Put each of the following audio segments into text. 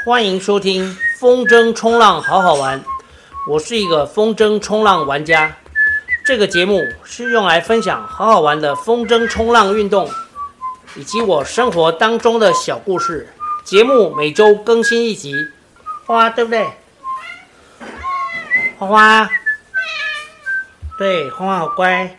欢迎收听风筝冲浪好好玩，我是一个风筝冲浪玩家。这个节目是用来分享好好玩的风筝冲浪运动，以及我生活当中的小故事。节目每周更新一集，花花对不对？花花，对，花花好乖。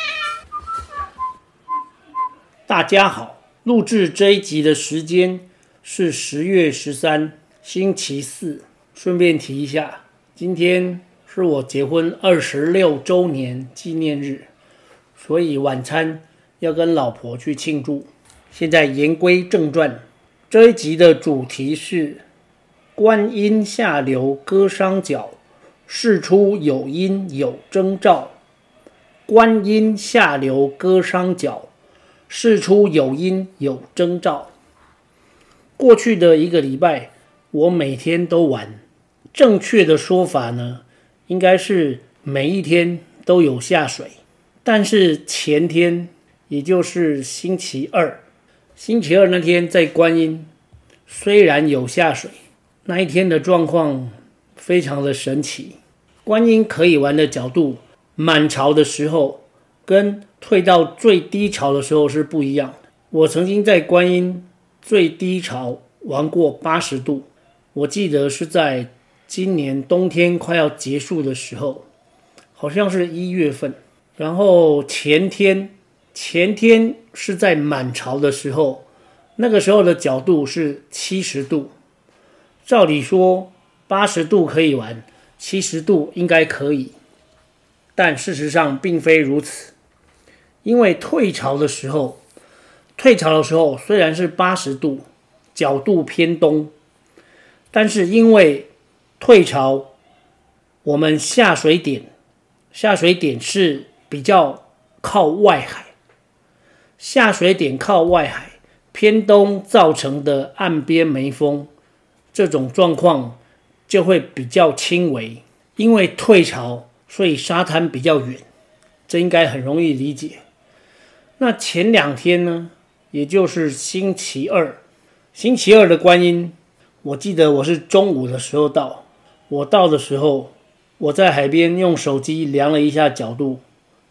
大家好，录制这一集的时间是10月13，星期四。顺便提一下，今天是我结婚26周年纪念日，所以晚餐要跟老婆去庆祝。现在言归正传，这一集的主题是观音下流割伤脚，事出有因有征兆。观音下流割伤脚，事出有因有征兆。过去的一个礼拜，我每天都玩。正确的说法呢，应该是每一天都有下水。但是前天，也就是星期二那天在观音，虽然有下水，那一天的状况非常的神奇。观音可以玩的角度，满潮的时候跟退到最低潮的时候是不一样的。我曾经在观音最低潮玩过80度，我记得是在今年冬天快要结束的时候，好像是1月份。然后前天是在满潮的时候，那个时候的角度是70度。照理说80度可以玩，70度应该可以，但事实上并非如此。因为退潮的时候虽然是80度，角度偏东，但是因为退潮，我们下水点是比较靠外海，下水点靠外海偏东造成的岸边没风，这种状况就会比较轻微。因为退潮，所以沙滩比较远，这应该很容易理解。那前2天呢，也就是星期二的观音，我记得我是中午的时候到。我到的时候，我在海边用手机量了一下角度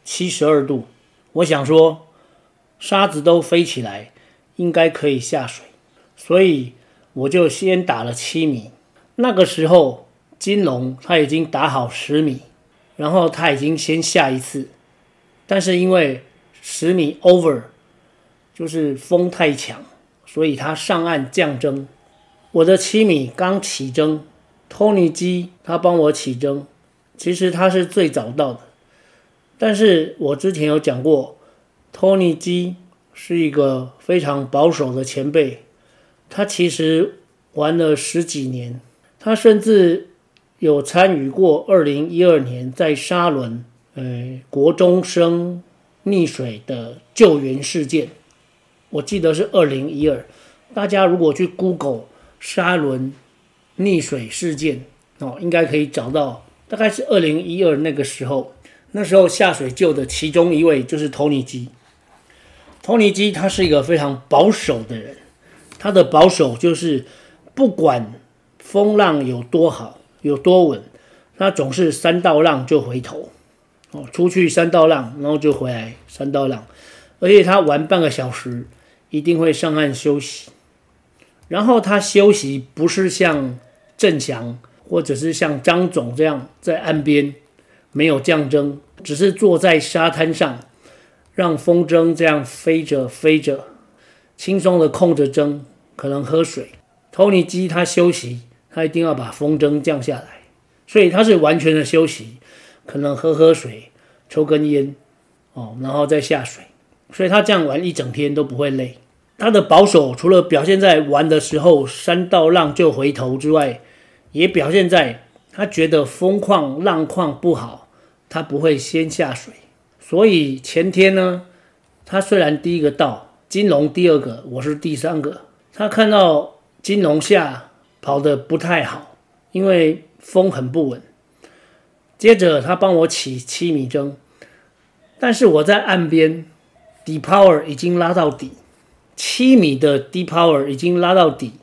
，72度。我想说，沙子都飞起来，应该可以下水，所以我就先打了7米。那个时候，金龙他已经打好10米，然后他已经先下一次，但是因为10米 over， 就是风太强，所以他上岸降针。我的7米刚起针，Tony 机他帮我起针，其实他是最早到的。但是我之前有讲过 ，Tony 机是一个非常保守的前辈，他其实玩了10几年，他甚至有参与过2012年在沙仑国中生溺水的救援事件，我记得是2012。大家如果去 Google 沙仑溺水事件应该可以找到，大概是2012那个时候。那时候下水救的其中一位就是 Tony 机。Tony 机他是一个非常保守的人，他的保守就是不管风浪有多好有多稳，他总是3道浪就回头，出去3道浪，然后就回来3道浪，而且他玩半个小时一定会上岸休息。然后他休息不是像郑翔或者是像张总这样在岸边没有降针，只是坐在沙滩上让风筝这样飞着轻松的控着针，可能喝水。Tony 机他休息，他一定要把风筝降下来，所以他是完全的休息，可能喝水抽根烟然后再下水，所以他这样玩一整天都不会累。他的保守除了表现在玩的时候3道浪就回头之外，也表现在他觉得风况浪况不好，他不会先下水。所以前天呢，他虽然第一个到，金龙第2个，我是第3个。他看到金龙下跑得不太好，因为风很不稳。接着他帮我起7米针，但是我在岸边底 power 已经拉到底，7米的低 power 已经拉到底，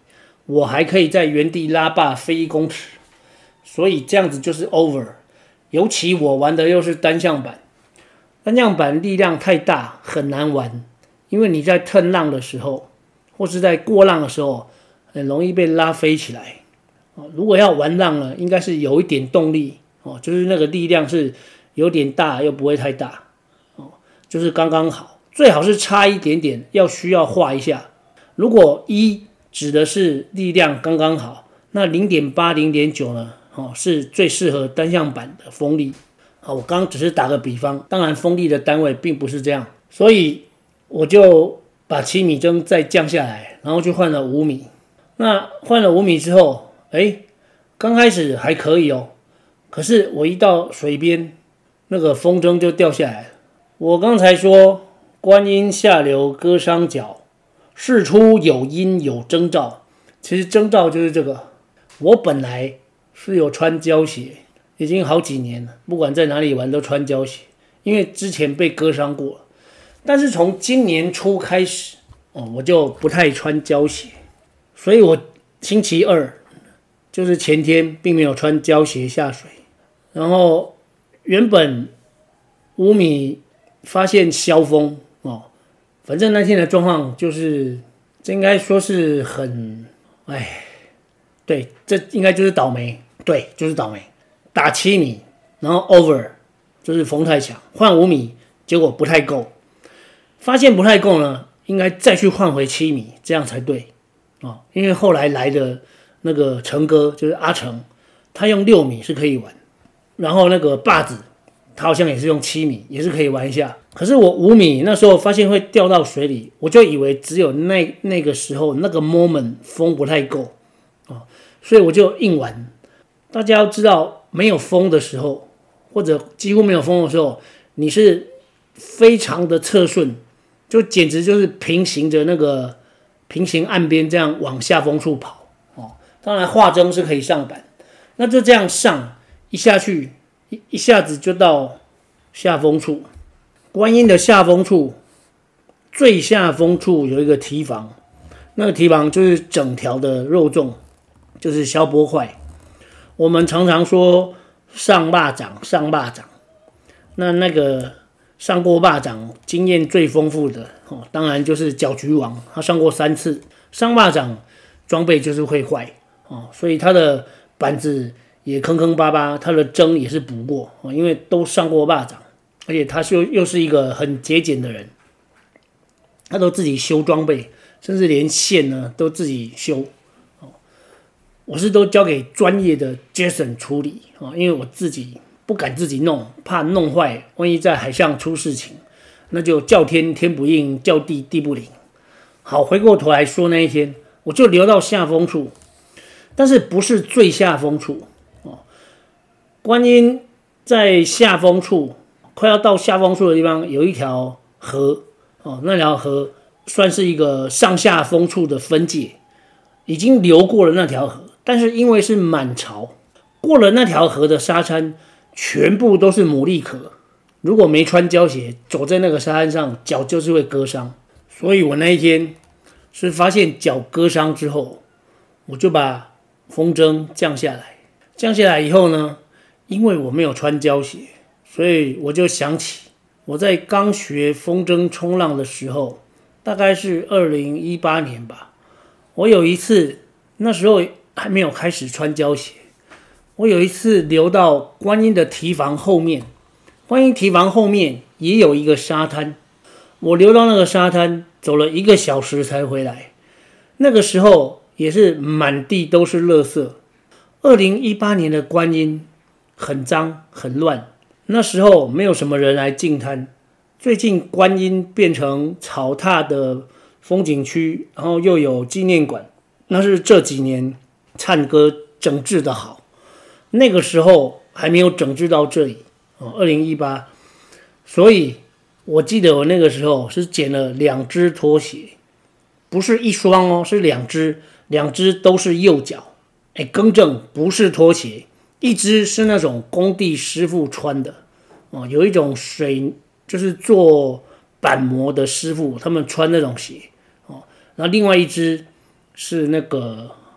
我还可以在原地拉霸飞1公尺，所以这样子就是 over。尤其我玩的又是单向板，单向板力量太大，很难玩，因为你在turn浪的时候，或是在过浪的时候，很容易被拉飞起来。如果要玩浪呢，应该是有一点动力，就是那个力量是有点大，又不会太大，就是刚刚好，最好是差一点点，需要画一下。如果1指的是力量刚刚好，那 0.8、0.9 呢？是最适合单向板的风力。我刚刚只是打个比方，当然风力的单位并不是这样，所以我就把7米针再降下来，然后就换了5米。那换了5米之后，刚开始还可以哦，可是我一到水边，那个风筝就掉下来了。我刚才说观音下流割伤脚，事出有因有征兆，其实征兆就是这个。我本来是有穿胶鞋，已经好几年了，不管在哪里玩都穿胶鞋，因为之前被割伤过了。但是从今年初开始，我就不太穿胶鞋，所以我星期2，就是前天，并没有穿胶鞋下水。然后原本5米发现消风反正那天的状况就是，这应该说是很，对，这应该就是倒霉，对，就是倒霉。打7米，然后 over， 就是风太强，换5米，结果不太够。发现不太够呢，应该再去换回7米，这样才对因为后来来的那个成哥，就是阿成，他用6米是可以玩，然后那个把子，他好像也是用7米，也是可以玩一下。可是我5米那时候发现会掉到水里，我就以为只有那个时候那个 moment 风不太够所以我就硬玩。大家要知道，没有风的时候，或者几乎没有风的时候，你是非常的侧顺，就简直就是平行着那个平行岸边这样往下风处跑当然画针是可以上板，那就这样上一下去，一下子就到下风处。观音的下风处，最下风处有一个堤防，那个堤防就是整条的肉粽，就是消波块。我们常常说上蚂蚱，上蚂蚱，那个上过蚂蚱经验最丰富的当然就是搅局王，他上过3次。上蚂蚱装备就是会坏所以他的板子也坑坑巴巴，他的针也是补过因为都上过蚂蚱，而且他又是一个很节俭的人，他都自己修装备，甚至连线呢都自己修我是都交给专业的 Jason 处理因为我自己不敢自己弄，怕弄坏，万一在海上出事情，那就叫天天不应，叫地地不灵。好，回过头来说那一天，我就流到下风处，但是不是最下风处观音在下风处，快要到下风处的地方有一条河那条河算是一个上下风处的分界，已经流过了那条河。但是因为是满潮，过了那条河的沙滩全部都是牡蛎壳，如果没穿胶鞋走在那个沙滩上，脚就是会割伤。所以我那一天是发现脚割伤之后，我就把风筝降下来。降下来以后呢，因为我没有穿胶鞋，所以我就想起我在刚学风筝冲浪的时候，大概是2018年吧。我有一次，那时候还没有开始穿胶鞋，我有一次流到观音的堤防后面，观音堤防后面也有一个沙滩，我流到那个沙滩，走了1个小时才回来。那个时候也是满地都是垃圾。2018年的观音很脏很乱，那时候没有什么人来净滩。最近观音变成草踏的风景区，然后又有纪念馆，那是这几年灿哥整治的好，那个时候还没有整治到这里2018，所以我记得我那个时候是捡了2只拖鞋，不是1双是2只，2只都是右脚。更正，不是拖鞋，1只是那种工地师傅穿的有一种就是做板模的师傅，他们穿那种鞋然后另外1只是那个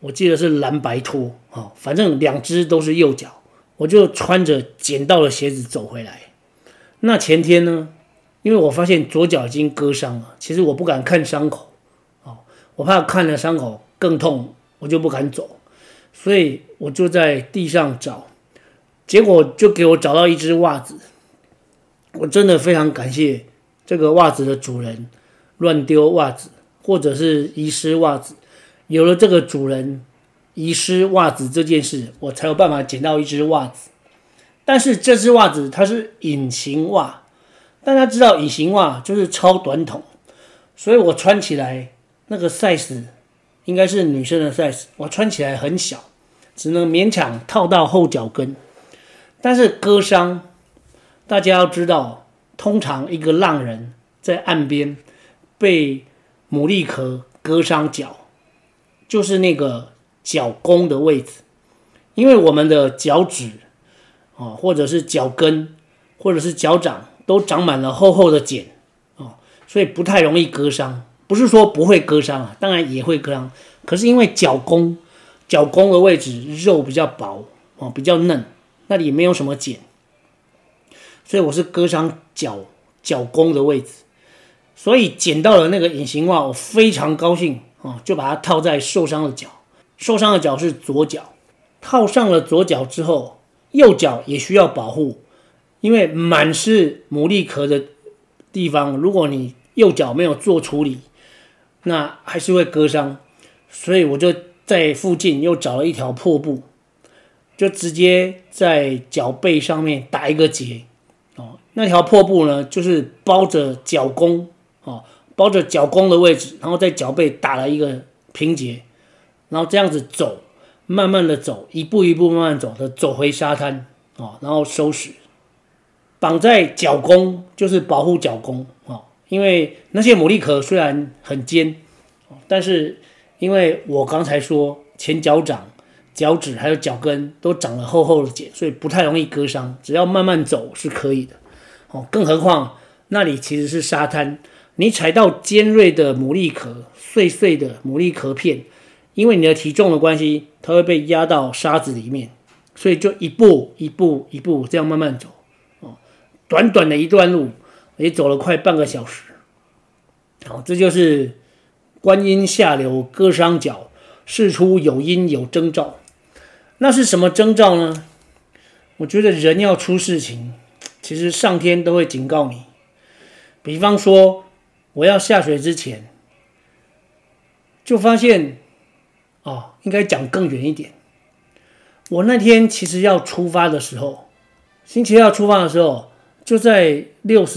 我记得是蓝白拖反正2只都是右脚，我就穿着捡到的鞋子走回来。那前天呢，因为我发现左脚已经割伤了，其实我不敢看伤口我怕看了伤口更痛，我就不敢走，所以我就在地上找，结果就给我找到一只袜子。我真的非常感谢这个袜子的主人，乱丢袜子或者是遗失袜子，有了这个主人遗失袜子这件事，我才有办法捡到一只袜子。但是这只袜子它是隐形袜，大家知道隐形袜就是超短筒，所以我穿起来那个 size 应该是女生的 size， 我穿起来很小，只能勉强套到后脚跟。但是割伤，大家要知道，通常一个浪人在岸边被牡蛎壳割伤脚，就是那个脚弓的位置，因为我们的脚趾或者是脚跟或者是脚掌都长满了厚厚的茧所以不太容易割伤。不是说不会割伤当然也会割伤，可是因为脚弓的位置肉比较薄比较嫩，那里没有什么茧，所以我是割伤脚弓的位置。所以捡到了那个隐形袜，我非常高兴就把它套在受伤的脚。受伤的脚是左脚，套上了左脚之后，右脚也需要保护，因为满是牡蛎壳的地方，如果你右脚没有做处理，那还是会割伤。所以我就在附近又找了一条破布，就直接在脚背上面打一个结那条破布呢，就是包着脚弓包着脚弓的位置，然后在脚背打了一个平结，然后这样子走，慢慢的走，一步一步慢慢走的走回沙滩然后收拾。绑在脚弓就是保护脚弓因为那些牡蛎壳虽然很尖但是因为我刚才说前脚掌、脚趾还有脚跟都长了厚厚的茧，所以不太容易割伤，只要慢慢走是可以的更何况那里其实是沙滩，你踩到尖锐的牡蛎壳、碎碎的牡蛎壳片，因为你的体重的关系，它会被压到沙子里面，所以就一步一步一步这样慢慢走短短的一段路也走了快半个小时这就是观音下流割伤脚，事出有因有征兆。那是什么征兆呢？我觉得人要出事情，其实上天都会警告你。比方说我要下水之前就发现应该讲更远一点，我那天其实要出发的时候，星期二出发的时候就在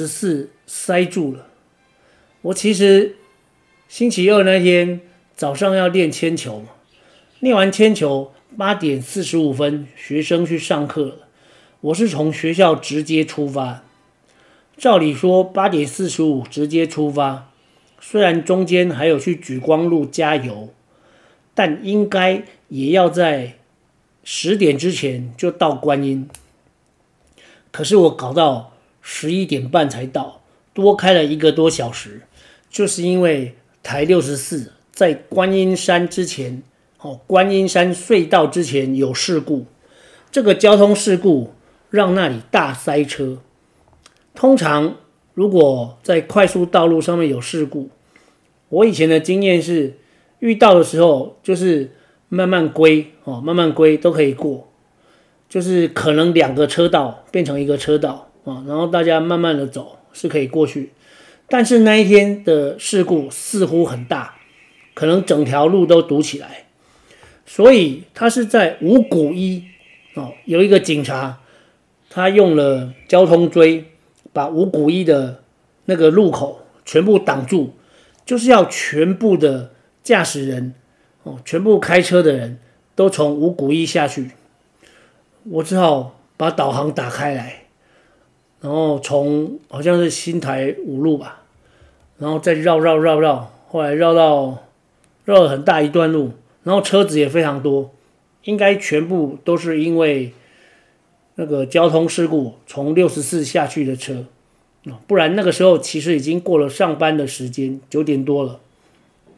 64塞住了。我其实星期二那天早上要练铅球嘛，练完铅球8点45分学生去上课了，我是从学校直接出发。照理说8点45直接出发，虽然中间还有去莒光路加油，但应该也要在10点之前就到观音。可是我搞到11点半才到，多开了1个多小时，就是因为台64在观音山之前观音山隧道之前有事故，这个交通事故让那里大塞车。通常如果在快速道路上面有事故，我以前的经验是遇到的时候就是慢慢归慢慢归都可以过，就是可能2个车道变成1个车道然后大家慢慢的走是可以过去。但是那一天的事故似乎很大，可能整条路都堵起来，所以他是在五股一有一个警察，他用了交通锥把五股一的那个路口全部挡住，就是要全部的驾驶人全部开车的人都从五股一下去。我只好把导航打开来，然后从好像是新台5路吧，然后再绕，后来绕了很大一段路，然后车子也非常多，应该全部都是因为那个交通事故从64下去的车，不然那个时候其实已经过了上班的时间，9点多了。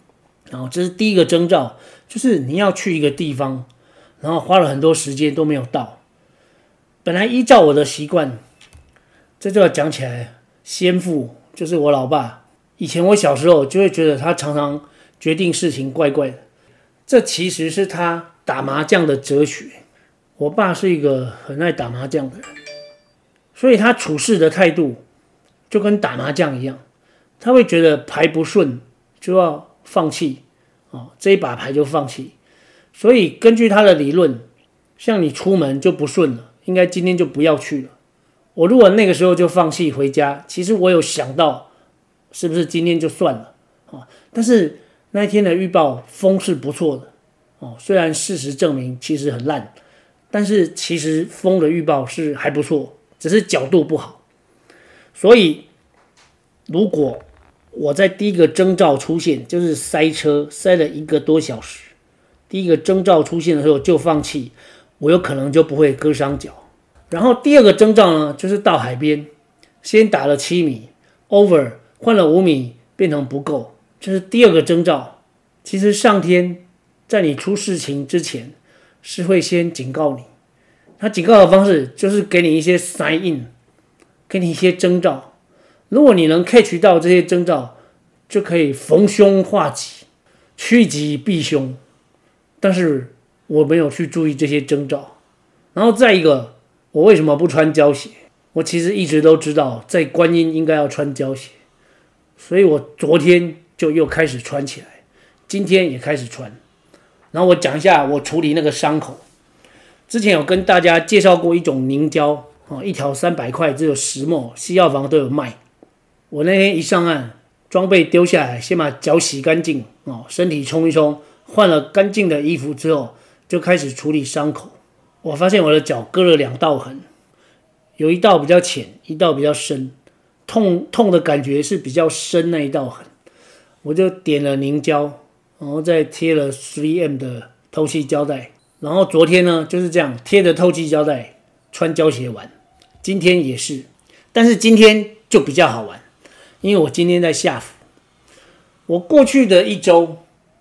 然后这是第一个征兆，就是你要去一个地方，然后花了很多时间都没有到。本来依照我的习惯，这就要讲起来，先父就是我老爸。以前我小时候就会觉得他常常决定事情怪怪的，这其实是他打麻将的哲学。我爸是一个很爱打麻将的人，所以他处事的态度就跟打麻将一样，他会觉得牌不顺就要放弃，这一把牌就放弃。所以根据他的理论，像你出门就不顺了，应该今天就不要去了。我如果那个时候就放弃回家，其实我有想到是不是今天就算了，但是那一天的预报风是不错的，虽然事实证明其实很烂，但是其实风的预报是还不错，只是角度不好。所以如果我在第一个征兆出现，就是塞车塞了1个多小时，第一个征兆出现的时候就放弃，我有可能就不会割伤脚。然后第二个征兆呢，就是到海边，先打了7米 over， 换了5米变成不够，这是第二个征兆。其实上天在你出事情之前是会先警告你，他警告的方式就是给你一些 sign in， 给你一些征兆。如果你能 catch 到这些征兆，就可以逢凶化吉，趋吉避凶。但是我没有去注意这些征兆。然后再一个，我为什么不穿胶鞋？我其实一直都知道在观音应该要穿胶鞋，所以我昨天就又开始穿起来，今天也开始穿。然后我讲一下我处理那个伤口。之前有跟大家介绍过一种凝胶，一条300块，只有10 ml， 西药房都有卖。我那天一上岸，装备丢下来，先把脚洗干净，身体冲一冲，换了干净的衣服之后，就开始处理伤口。我发现我的脚割了2道痕，有一道比较浅，一道比较深，痛的感觉是比较深那一道痕。我就点了凝胶，然后再贴了 3M 的透气胶带。然后昨天呢就是这样贴着透气胶带穿胶鞋玩，今天也是，但是今天就比较好玩，因为我今天在下浮。我过去的1周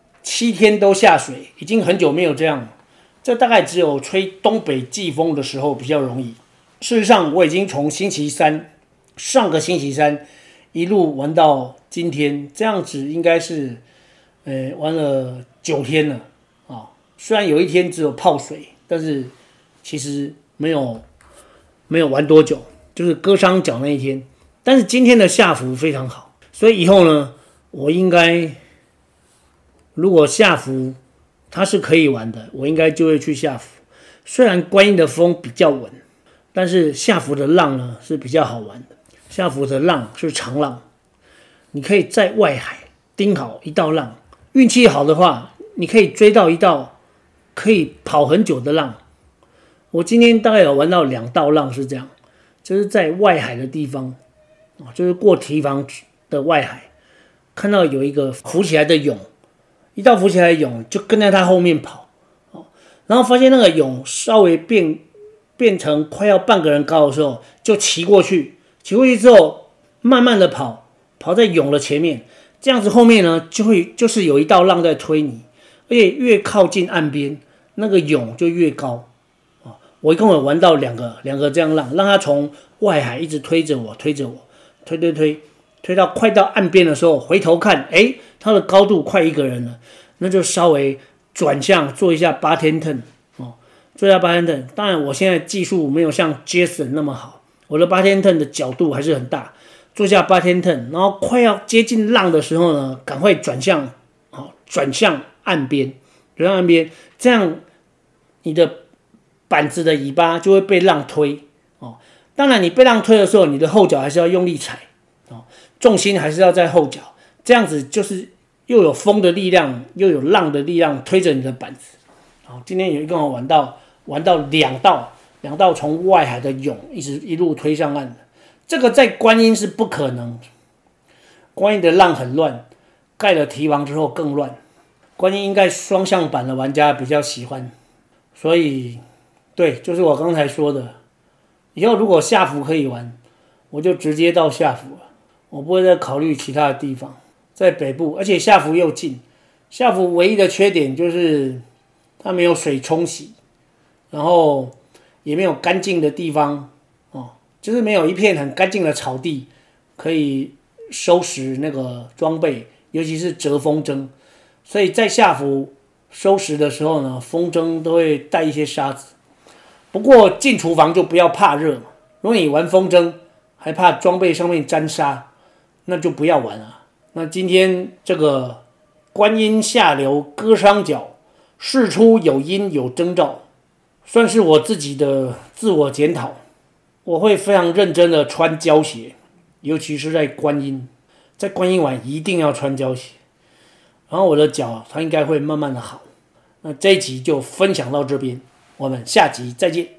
7天都下水，已经很久没有这样了。这大概只有吹东北季风的时候比较容易。事实上，我已经从上个星期三一路玩到今天，这样子应该是玩了9天了啊。虽然有一天只有泡水，但是其实没有玩多久，就是割伤脚那一天。但是今天的下浮非常好，所以以后呢，我应该如果下浮它是可以玩的，我应该就会去下浮。虽然观音的风比较稳，但是下浮的浪呢是比较好玩的。下浮的浪是长浪，你可以在外海盯好一道浪，运气好的话，你可以追到一道可以跑很久的浪。我今天大概有玩到2道浪是这样，就是在外海的地方，就是过堤防的外海，看到有一个浮起来的蛹，一到浮起来的蛹就跟在它后面跑，然后发现那个蛹稍微变成快要半个人高的时候，就骑过去之后，慢慢的跑在蛹的前面，这样子后面呢就是有一道浪在推你，而且越靠近岸边，那个蛹就越高。我一共有玩到两个这样浪，让它从外海一直推着我，推到快到岸边的时候，回头看，它的高度快1个人了，那就稍微转向做一下810 turn，做一下810 turn。当然，我现在技术没有像 Jason 那么好，我的810 turn 的角度还是很大，做一下810 turn，然后快要接近浪的时候呢，赶快转向岸边，这样你的板子的尾巴就会被浪推。当然，你被浪推的时候，你的后脚还是要用力踩，重心还是要在后脚，这样子就是又有风的力量，又有浪的力量推着你的板子。今天有一共玩到2道从外海的蛹一路推上岸的，这个在观音是不可能。观音的浪很乱，盖了堤防之后更乱。观音应该双向板的玩家比较喜欢，所以对，就是我刚才说的，以后如果下浮可以玩，我就直接到下浮了，我不会再考虑其他的地方。在北部，而且下浮又近， 下服唯一的缺点就是它没有水冲洗，然后也没有干净的地方哦，就是没有一片很干净的草地可以收拾那个装备，尤其是折风筝。所以在下服收拾的时候呢，风筝都会带一些沙子。不过进厨房就不要怕热嘛，如果你玩风筝还怕装备上面沾沙，那就不要玩了。那今天这个观音下流割伤脚，事出有因有征兆，算是我自己的自我检讨。我会非常认真的穿胶鞋，尤其是在观音玩一定要穿胶鞋。然后我的脚它应该会慢慢的好。那这一集就分享到这边，我们下集再见。